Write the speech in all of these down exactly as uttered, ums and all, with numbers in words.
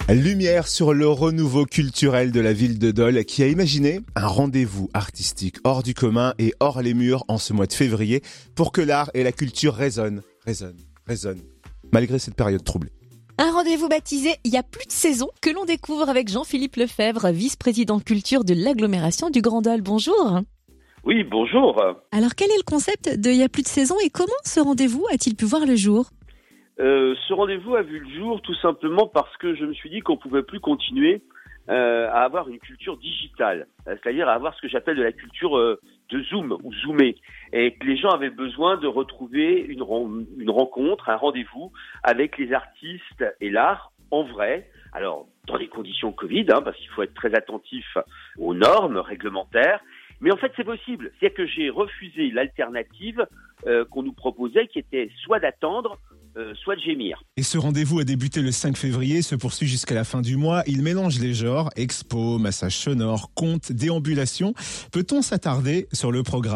Lumière sur le renouveau culturel de la ville de Dole qui a imaginé un rendez-vous artistique hors du commun et hors les murs en ce mois de février pour que l'art et la culture résonnent, résonnent, résonnent, malgré cette période troublée. Un rendez-vous baptisé « Il y a plus de saison » que l'on découvre avec Jean-Philippe Lefebvre, vice-président culture de l'agglomération du Grand Dole. Bonjour. Oui, bonjour. Alors quel est le concept de « Il y a plus de saison » et comment ce rendez-vous a-t-il pu voir le jour ? Euh, ce rendez-vous a vu le jour tout simplement parce que je me suis dit qu'on pouvait plus continuer euh, à avoir une culture digitale, c'est-à-dire à avoir ce que j'appelle de la culture euh, de Zoom ou Zoomé, et que les gens avaient besoin de retrouver une, une rencontre, un rendez-vous avec les artistes et l'art en vrai. Alors, dans les conditions Covid, hein, parce qu'il faut être très attentif aux normes réglementaires, mais en fait c'est possible. C'est-à-dire que j'ai refusé l'alternative euh, qu'on nous proposait, qui était soit d'attendre, Euh, soit de gémir. Et ce rendez-vous a débuté le cinq février, se poursuit jusqu'à la fin du mois. Il mélange les genres, expo, massage sonore, contes, déambulation. Peut-on s'attarder sur le programme ?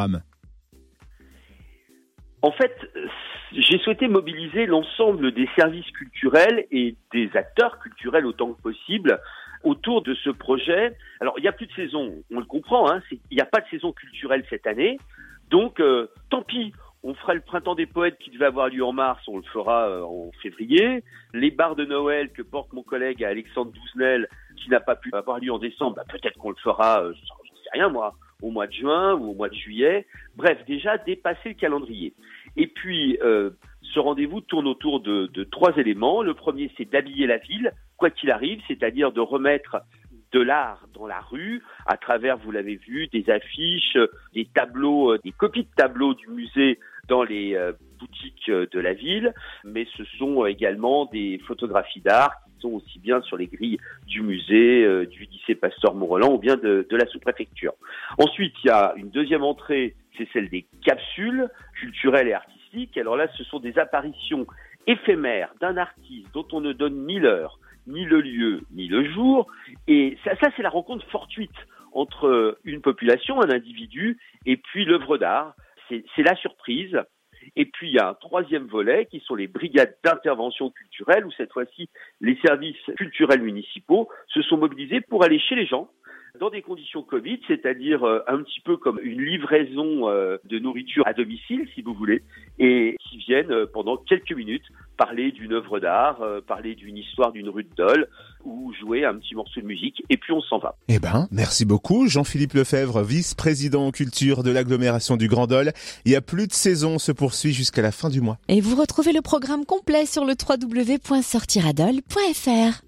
En fait, j'ai souhaité mobiliser l'ensemble des services culturels et des acteurs culturels autant que possible autour de ce projet. Alors, il n'y a plus de saison, on le comprend, hein, c'est, il n'y a pas de saison culturelle cette année, donc euh, tant pis. On fera le printemps des poètes qui devait avoir lieu en mars, on le fera euh, en février. Les bars de Noël que porte mon collègue Alexandre Douzenel, qui n'a pas pu avoir lieu en décembre, bah, peut-être qu'on le fera, euh, j'en sais rien moi, au mois de juin ou au mois de juillet. Bref, déjà dépasser le calendrier. Et puis, euh, ce rendez-vous tourne autour de, de trois éléments. Le premier, c'est d'habiller la ville, quoi qu'il arrive, c'est-à-dire de remettre de l'art dans la rue, à travers, vous l'avez vu, des affiches, des tableaux, des copies de tableaux du musée dans les euh, boutiques de la ville, mais ce sont également des photographies d'art qui sont aussi bien sur les grilles du musée, euh, du lycée Pasteur-Mont-Roland ou bien de, de la sous-préfecture. Ensuite, il y a une deuxième entrée, c'est celle des capsules culturelles et artistiques. Alors là, ce sont des apparitions éphémères d'un artiste dont on ne donne ni l'heure, ni le lieu, ni le jour. Et ça, ça c'est la rencontre fortuite entre une population, un individu, et puis l'œuvre d'art. C'est, c'est la surprise. Et puis, il y a un troisième volet qui sont les brigades d'intervention culturelle, où cette fois-ci, les services culturels municipaux se sont mobilisés pour aller chez les gens, dans des conditions Covid, c'est-à-dire euh, un petit peu comme une livraison euh, de nourriture à domicile, si vous voulez, et qui viennent euh, pendant quelques minutes parler d'une œuvre d'art, euh, parler d'une histoire d'une rue de Dole, ou jouer un petit morceau de musique, et puis on s'en va. Eh ben, merci beaucoup Jean-Philippe Lefebvre, vice-président culture de l'agglomération du Grand Dole. Il y a plus de saison, se poursuit jusqu'à la fin du mois. Et vous retrouvez le programme complet sur le w w w point sortiradole point f r.